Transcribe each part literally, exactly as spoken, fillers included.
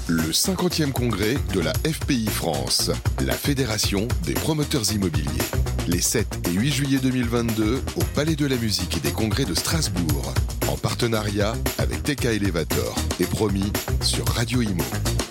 Le cinquantième congrès de la F P I France, la Fédération des promoteurs immobiliers. Les sept et huit juillet deux mille vingt-deux au Palais de la Musique et des Congrès de Strasbourg, en partenariat avec T K Elevator et promis sur Radio Imo.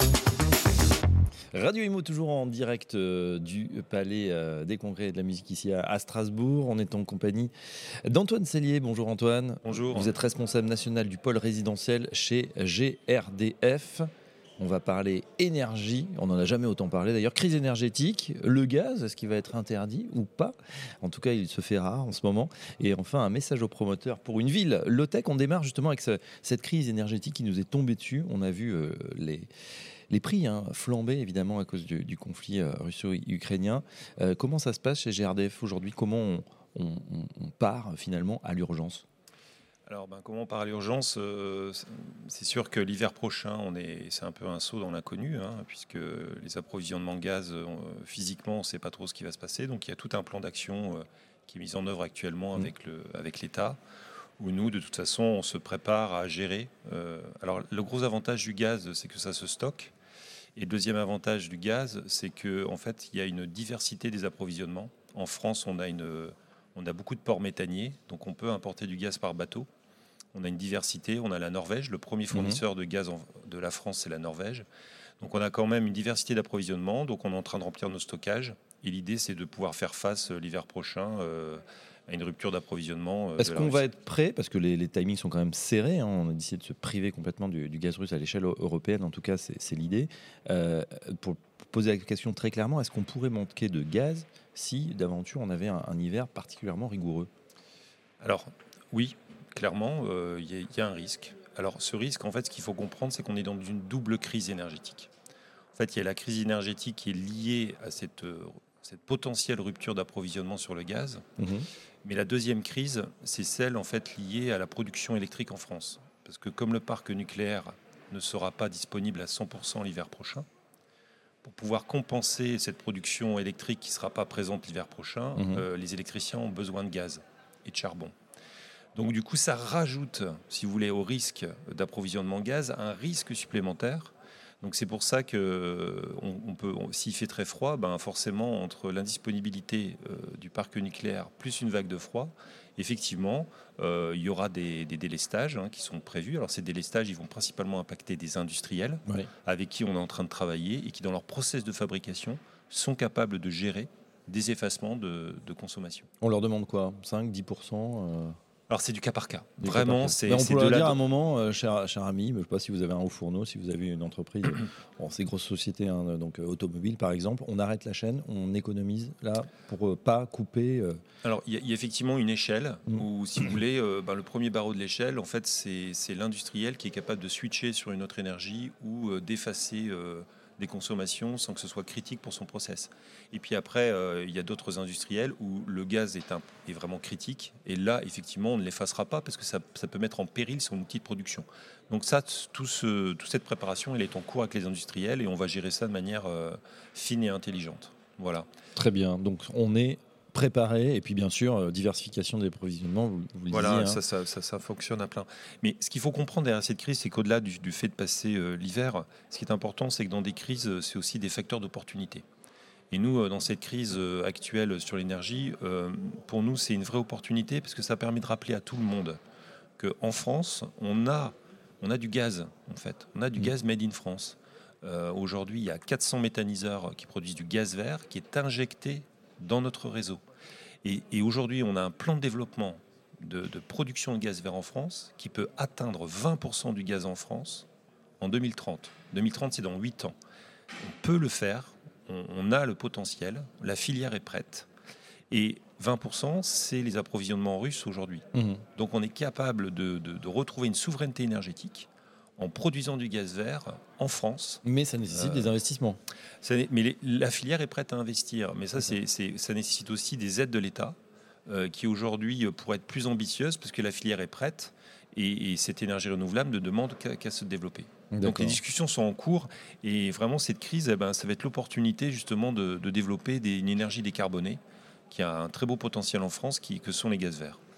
Radio Imo toujours en direct euh, du Palais euh, des Congrès et de la Musique ici à, à Strasbourg. On est en compagnie d'Antoine Sellier. Bonjour Antoine. Bonjour. Vous êtes responsable national du pôle résidentiel chez G R D F. On va parler énergie, on n'en a jamais autant parlé d'ailleurs, crise énergétique, le gaz, est-ce qu'il va être interdit ou pas? En tout cas, il se fait rare en ce moment. Et enfin, un message aux promoteurs pour une ville low-tech. On démarre justement avec ce, cette crise énergétique qui nous est tombée dessus. On a vu euh, les, les prix hein, flamber évidemment à cause du, du conflit euh, russo-ukrainien. Euh, comment ça se passe chez G R D F aujourd'hui? Comment on, on, on part finalement à l'urgence? Alors, ben, comment on part à l'urgence euh, C'est sûr que l'hiver prochain, on est, c'est un peu un saut dans l'inconnu, hein, puisque les approvisionnements de gaz, euh, physiquement, on ne sait pas trop ce qui va se passer. Donc, il y a tout un plan d'action euh, qui est mis en œuvre actuellement avec, le, avec l'État, où nous, de toute façon, on se prépare à gérer. Euh, alors, le gros avantage du gaz, c'est que ça se stocke. Et le deuxième avantage du gaz, c'est qu'en fait, il y a une diversité des approvisionnements. En France, on a une... On a beaucoup de ports méthaniers, donc on peut importer du gaz par bateau. On a une diversité, on a la Norvège, le premier fournisseur mmh. de gaz en, de la France, c'est la Norvège. Donc on a quand même une diversité d'approvisionnement, donc on est en train de remplir nos stockages. Et l'idée, c'est de pouvoir faire face l'hiver prochain euh, à une rupture d'approvisionnement. Euh, Est-ce qu'on va être prêt? Parce que les, les timings sont quand même serrés. Hein. On a décidé de se priver complètement du, du gaz russe à l'échelle européenne. En tout cas, c'est, c'est l'idée. Euh, pour poser la question très clairement, est-ce qu'on pourrait manquer de gaz si, d'aventure, on avait un, un hiver particulièrement rigoureux? Alors, oui, clairement, il euh, y, y a un risque. Alors, ce risque, en fait, ce qu'il faut comprendre, c'est qu'on est dans une double crise énergétique. En fait, il y a la crise énergétique qui est liée à cette, euh, cette potentielle rupture d'approvisionnement sur le gaz. Mmh. Mais la deuxième crise, c'est celle, en fait, liée à la production électrique en France. Parce que comme le parc nucléaire ne sera pas disponible à cent pour cent l'hiver prochain, pour pouvoir compenser cette production électrique qui ne sera pas présente l'hiver prochain, mmh. euh, les électriciens ont besoin de gaz et de charbon. Donc du coup, ça rajoute, si vous voulez, au risque d'approvisionnement gaz, un risque supplémentaire. Donc c'est pour ça que on, on peut, on, s'il fait très froid, ben forcément, entre l'indisponibilité euh, du parc nucléaire plus une vague de froid, effectivement, euh, il y aura des, des délestages hein, qui sont prévus. Alors ces délestages, ils vont principalement impacter des industriels oui. avec qui on est en train de travailler et qui, dans leur process de fabrication, sont capables de gérer des effacements de, de consommation. On leur demande quoi? cinq à dix pour cent euh... Alors c'est du cas par cas. Des Vraiment, cas par cas. c'est. Mais on c'est peut de dire la... à un moment, euh, cher, cher ami, je ne sais pas si vous avez un haut fourneau, si vous avez une entreprise, bon, ces grosses sociétés, hein, donc euh, automobiles par exemple, on arrête la chaîne, on économise là pour euh, pas couper. Euh... Alors il y, y a effectivement une échelle mmh. où, si vous voulez, euh, ben, le premier barreau de l'échelle, en fait, c'est, c'est l'industriel qui est capable de switcher sur une autre énergie ou euh, d'effacer. Euh, des consommations sans que ce soit critique pour son process. Et puis après, euh, il y a d'autres industriels où le gaz est, un, est vraiment critique. Et là, effectivement, on ne l'effacera pas parce que ça, ça peut mettre en péril son outil de production. Donc ça, tout ce, toute cette préparation, elle est en cours avec les industriels et on va gérer ça de manière euh, fine et intelligente. Voilà. Très bien. Donc on est préparé et puis bien sûr euh, diversification des approvisionnements, vous, vous le voilà, disiez. Voilà, hein. ça, ça, ça, ça fonctionne à plein. Mais ce qu'il faut comprendre derrière cette crise, c'est qu'au-delà du, du fait de passer euh, l'hiver, ce qui est important, c'est que dans des crises, c'est aussi des facteurs d'opportunité. Et nous, euh, dans cette crise euh, actuelle sur l'énergie, euh, pour nous, c'est une vraie opportunité parce que ça permet de rappeler à tout le monde qu'en France, on a, on a du gaz, en fait. On a du mmh. gaz made in France. Euh, aujourd'hui, il y a quatre cents méthaniseurs qui produisent du gaz vert qui est injecté dans notre réseau. Et, et aujourd'hui, on a un plan de développement de, de production de gaz vert en France qui peut atteindre vingt pour cent du gaz en France en deux mille trente. deux mille trente, c'est dans huit ans. On peut le faire, on, on a le potentiel, la filière est prête. Et vingt pour cent, c'est les approvisionnements russes aujourd'hui. Mmh. Donc on est capable de, de, de retrouver une souveraineté énergétique en produisant du gaz vert en France. Mais ça nécessite euh, des investissements. Ça, mais les, la filière est prête à investir. Mais ça, c'est, c'est, ça nécessite aussi des aides de l'État euh, qui aujourd'hui pourraient être plus ambitieuses parce que la filière est prête et, et cette énergie renouvelable ne demande qu'à, qu'à se développer. D'accord. Donc les discussions sont en cours et vraiment cette crise, eh ben, ça va être l'opportunité justement de, de développer des, une énergie décarbonée qui a un très beau potentiel en France qui, que sont les gaz verts.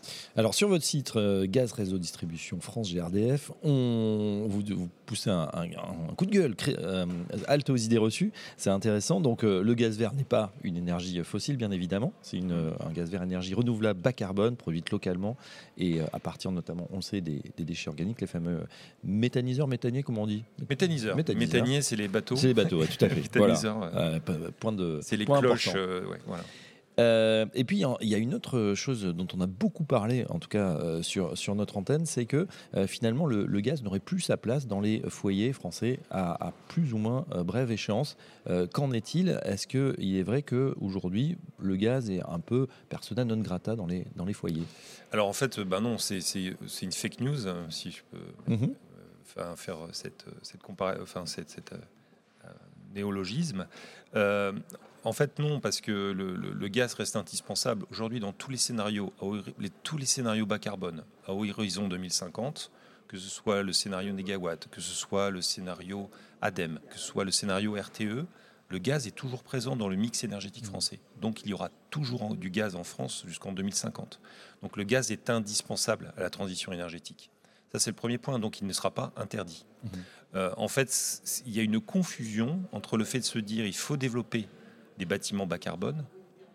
Alors sur votre site euh, Gaz Réseau Distribution France G R D F, on, vous, vous poussez un, un, un coup de gueule, cré, euh, halte aux idées reçues, c'est intéressant. Donc euh, le gaz vert n'est pas une énergie fossile bien évidemment, c'est une, euh, un gaz vert énergie renouvelable bas carbone, produite localement et euh, à partir notamment, on le sait, des, des déchets organiques, les fameux méthaniseurs, méthaniers, comment on dit Méthaniseurs. Méthaniseurs. Méthanier, c'est les bateaux. C'est les bateaux, ouais, tout à fait. Méthaniseurs, voilà. ouais. euh, point de, c'est les point cloches. important. Euh, ouais, voilà. Euh, et puis il y a une autre chose dont on a beaucoup parlé, en tout cas euh, sur, sur notre antenne, c'est que euh, finalement le, le gaz n'aurait plus sa place dans les foyers français à, à plus ou moins euh, brève échéance. Euh, qu'en est-il ? Est-ce qu'il est vrai qu'aujourd'hui le gaz est un peu persona non grata dans les, dans les foyers ? Alors en fait, ben non, c'est, c'est, c'est une fake news, hein, si je peux mm-hmm. euh, faire cette, cette, compara- enfin, cette, cette euh, néologisme. Euh, En fait, non, parce que le, le, le gaz reste indispensable. Aujourd'hui, dans tous les scénarios, les, tous les scénarios bas carbone à horizon deux mille cinquante, que ce soit le scénario négawatt, que ce soit le scénario ADEME, que ce soit le scénario R T E, le gaz est toujours présent dans le mix énergétique français. Donc, il y aura toujours du gaz en France jusqu'en deux mille cinquante. Donc, le gaz est indispensable à la transition énergétique. Ça, c'est le premier point. Donc, il ne sera pas interdit. Mmh. Euh, en fait, il y a une confusion entre le fait de se dire il faut développer des bâtiments bas carbone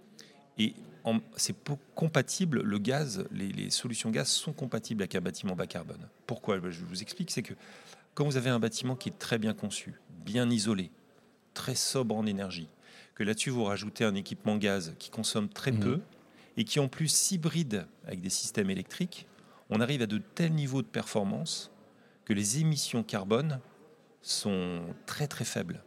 et en, c'est compatible, le gaz, les, les solutions gaz sont compatibles avec un bâtiment bas carbone. Pourquoi ? Je vous explique, c'est que quand vous avez un bâtiment qui est très bien conçu, bien isolé, très sobre en énergie, que là-dessus vous rajoutez un équipement gaz qui consomme très mmh. peu et qui en plus s'hybride avec des systèmes électriques, on arrive à de tels niveaux de performance que les émissions carbone sont très très faibles.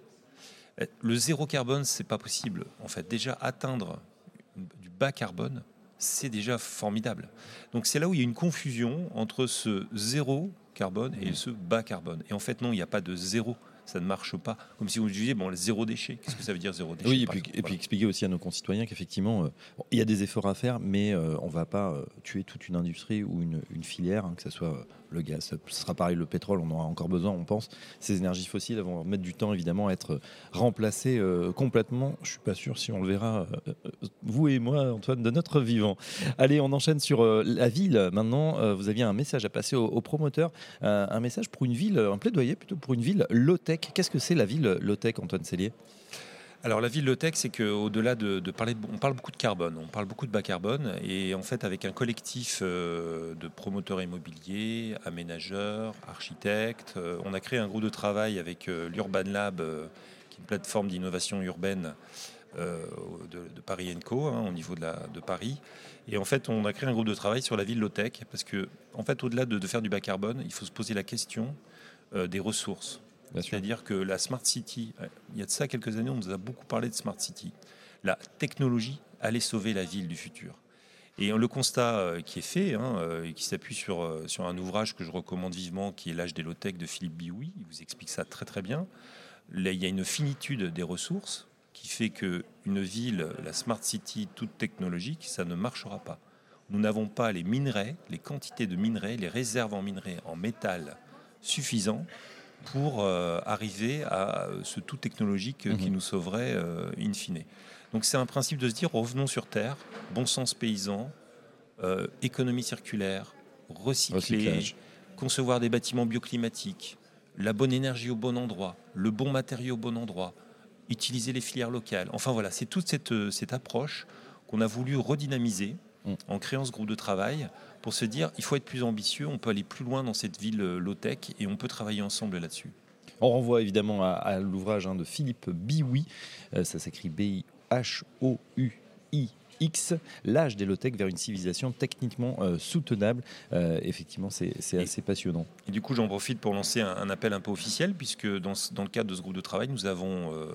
Le zéro carbone, c'est pas possible. En fait, déjà atteindre du bas carbone, c'est déjà formidable. Donc c'est là où il y a une confusion entre ce zéro carbone et ce bas carbone. Et en fait, non, il n'y a pas de zéro. Ça ne marche pas. Comme si vous disiez, bon, le zéro déchet. Qu'est-ce que ça veut dire zéro déchet ? Oui, et puis, et puis expliquer aussi à nos concitoyens qu'effectivement, euh, bon, il y a des efforts à faire, mais euh, on ne va pas euh, tuer toute une industrie ou une, une filière, hein, que ce soit euh, le gaz, ce sera pareil, le pétrole, on en aura encore besoin, on pense. Ces énergies fossiles vont mettre du temps, évidemment, à être remplacées euh, complètement. Je ne suis pas sûr si on le verra, euh, vous et moi, Antoine, de notre vivant. Allez, on enchaîne sur euh, la ville. Maintenant, euh, vous aviez un message à passer aux, aux promoteurs, euh, un message pour une ville, un plaidoyer plutôt pour une ville low-tech. Qu'est-ce que c'est la ville low-tech, Antoine Sellier ? Alors la ville low-tech, c'est qu'au-delà de, de parler, de, on parle beaucoup de carbone, on parle beaucoup de bas carbone, et en fait avec un collectif euh, de promoteurs immobiliers, aménageurs, architectes, euh, on a créé un groupe de travail avec euh, l'Urban Lab, euh, qui est une plateforme d'innovation urbaine euh, de, de Paris and Co, hein, au niveau de, la, de Paris. Et en fait, on a créé un groupe de travail sur la ville low-tech, parce que en fait, au-delà de, de faire du bas carbone, il faut se poser la question euh, des ressources. C'est-à-dire que la Smart City, il y a de ça quelques années, on nous a beaucoup parlé de Smart City. La technologie allait sauver la ville du futur. Et le constat qui est fait, hein, et qui s'appuie sur, sur un ouvrage que je recommande vivement, qui est L'âge des low-tech de Philippe Bioui, il vous explique ça très très bien. Là, il y a une finitude des ressources qui fait qu'une ville, la Smart City, toute technologique, ça ne marchera pas. Nous n'avons pas les minerais, les quantités de minerais, les réserves en minerais, en métal suffisants pour euh, arriver à ce tout technologique mmh. qui nous sauverait euh, in fine. Donc c'est un principe de se dire, revenons sur Terre, bon sens paysan, euh, économie circulaire, recycler, Recyclage. Concevoir des bâtiments bioclimatiques, la bonne énergie au bon endroit, le bon matériau au bon endroit, utiliser les filières locales. Enfin voilà, c'est toute cette, cette approche qu'on a voulu redynamiser mmh. en créant ce groupe de travail pour se dire, il faut être plus ambitieux, on peut aller plus loin dans cette ville low-tech et on peut travailler ensemble là-dessus. On renvoie évidemment à, à l'ouvrage hein, de Philippe Bioui, euh, ça s'écrit B I H O U I X, L'âge des low-tech vers une civilisation techniquement euh, soutenable. Euh, effectivement, c'est, c'est assez passionnant. Et du coup, j'en profite pour lancer un, un appel un peu officiel, puisque dans, dans le cadre de ce groupe de travail, nous avons... Euh,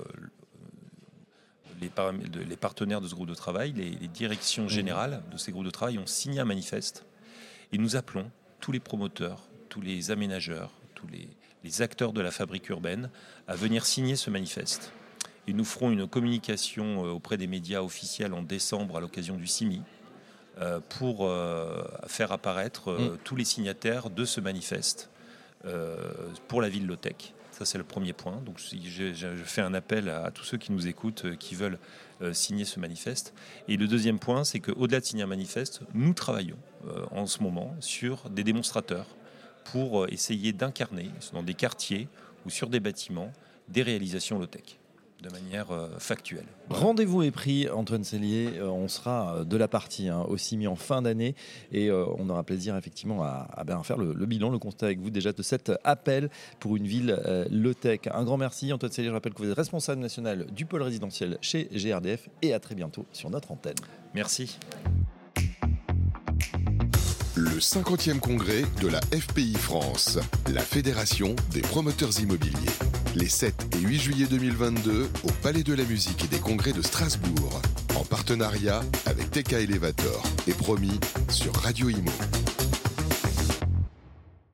Les, param- les partenaires de ce groupe de travail, les, les directions générales de ces groupes de travail ont signé un manifeste et nous appelons tous les promoteurs, tous les aménageurs, tous les, les acteurs de la fabrique urbaine à venir signer ce manifeste. Et nous ferons une communication auprès des médias officiels en décembre à l'occasion du C I M I euh, pour euh, faire apparaître euh, mmh. tous les signataires de ce manifeste euh, pour la ville low-tech. Ça, c'est le premier point. Donc, je, je fais un appel à, à tous ceux qui nous écoutent, euh, qui veulent euh, signer ce manifeste. Et le deuxième point, c'est qu'au-delà de signer un manifeste, nous travaillons euh, en ce moment sur des démonstrateurs pour euh, essayer d'incarner dans des quartiers ou sur des bâtiments des réalisations low-tech de manière euh, factuelle. Voilà. Rendez-vous est pris, Antoine Sellier. Euh, on sera de la partie hein, aussi mis en fin d'année et euh, on aura plaisir effectivement à, à ben, faire le, le bilan, le constat avec vous déjà de cet appel pour une ville euh, low-tech. Un grand merci, Antoine Sellier. Je rappelle que vous êtes responsable national du pôle résidentiel chez G R D F et à très bientôt sur notre antenne. Merci. Le cinquantième congrès de la F P I France, la Fédération des promoteurs immobiliers. Les sept et huit juillet deux mille vingt-deux au Palais de la Musique et des Congrès de Strasbourg, en partenariat avec T K Elevator et promis sur Radio Imo.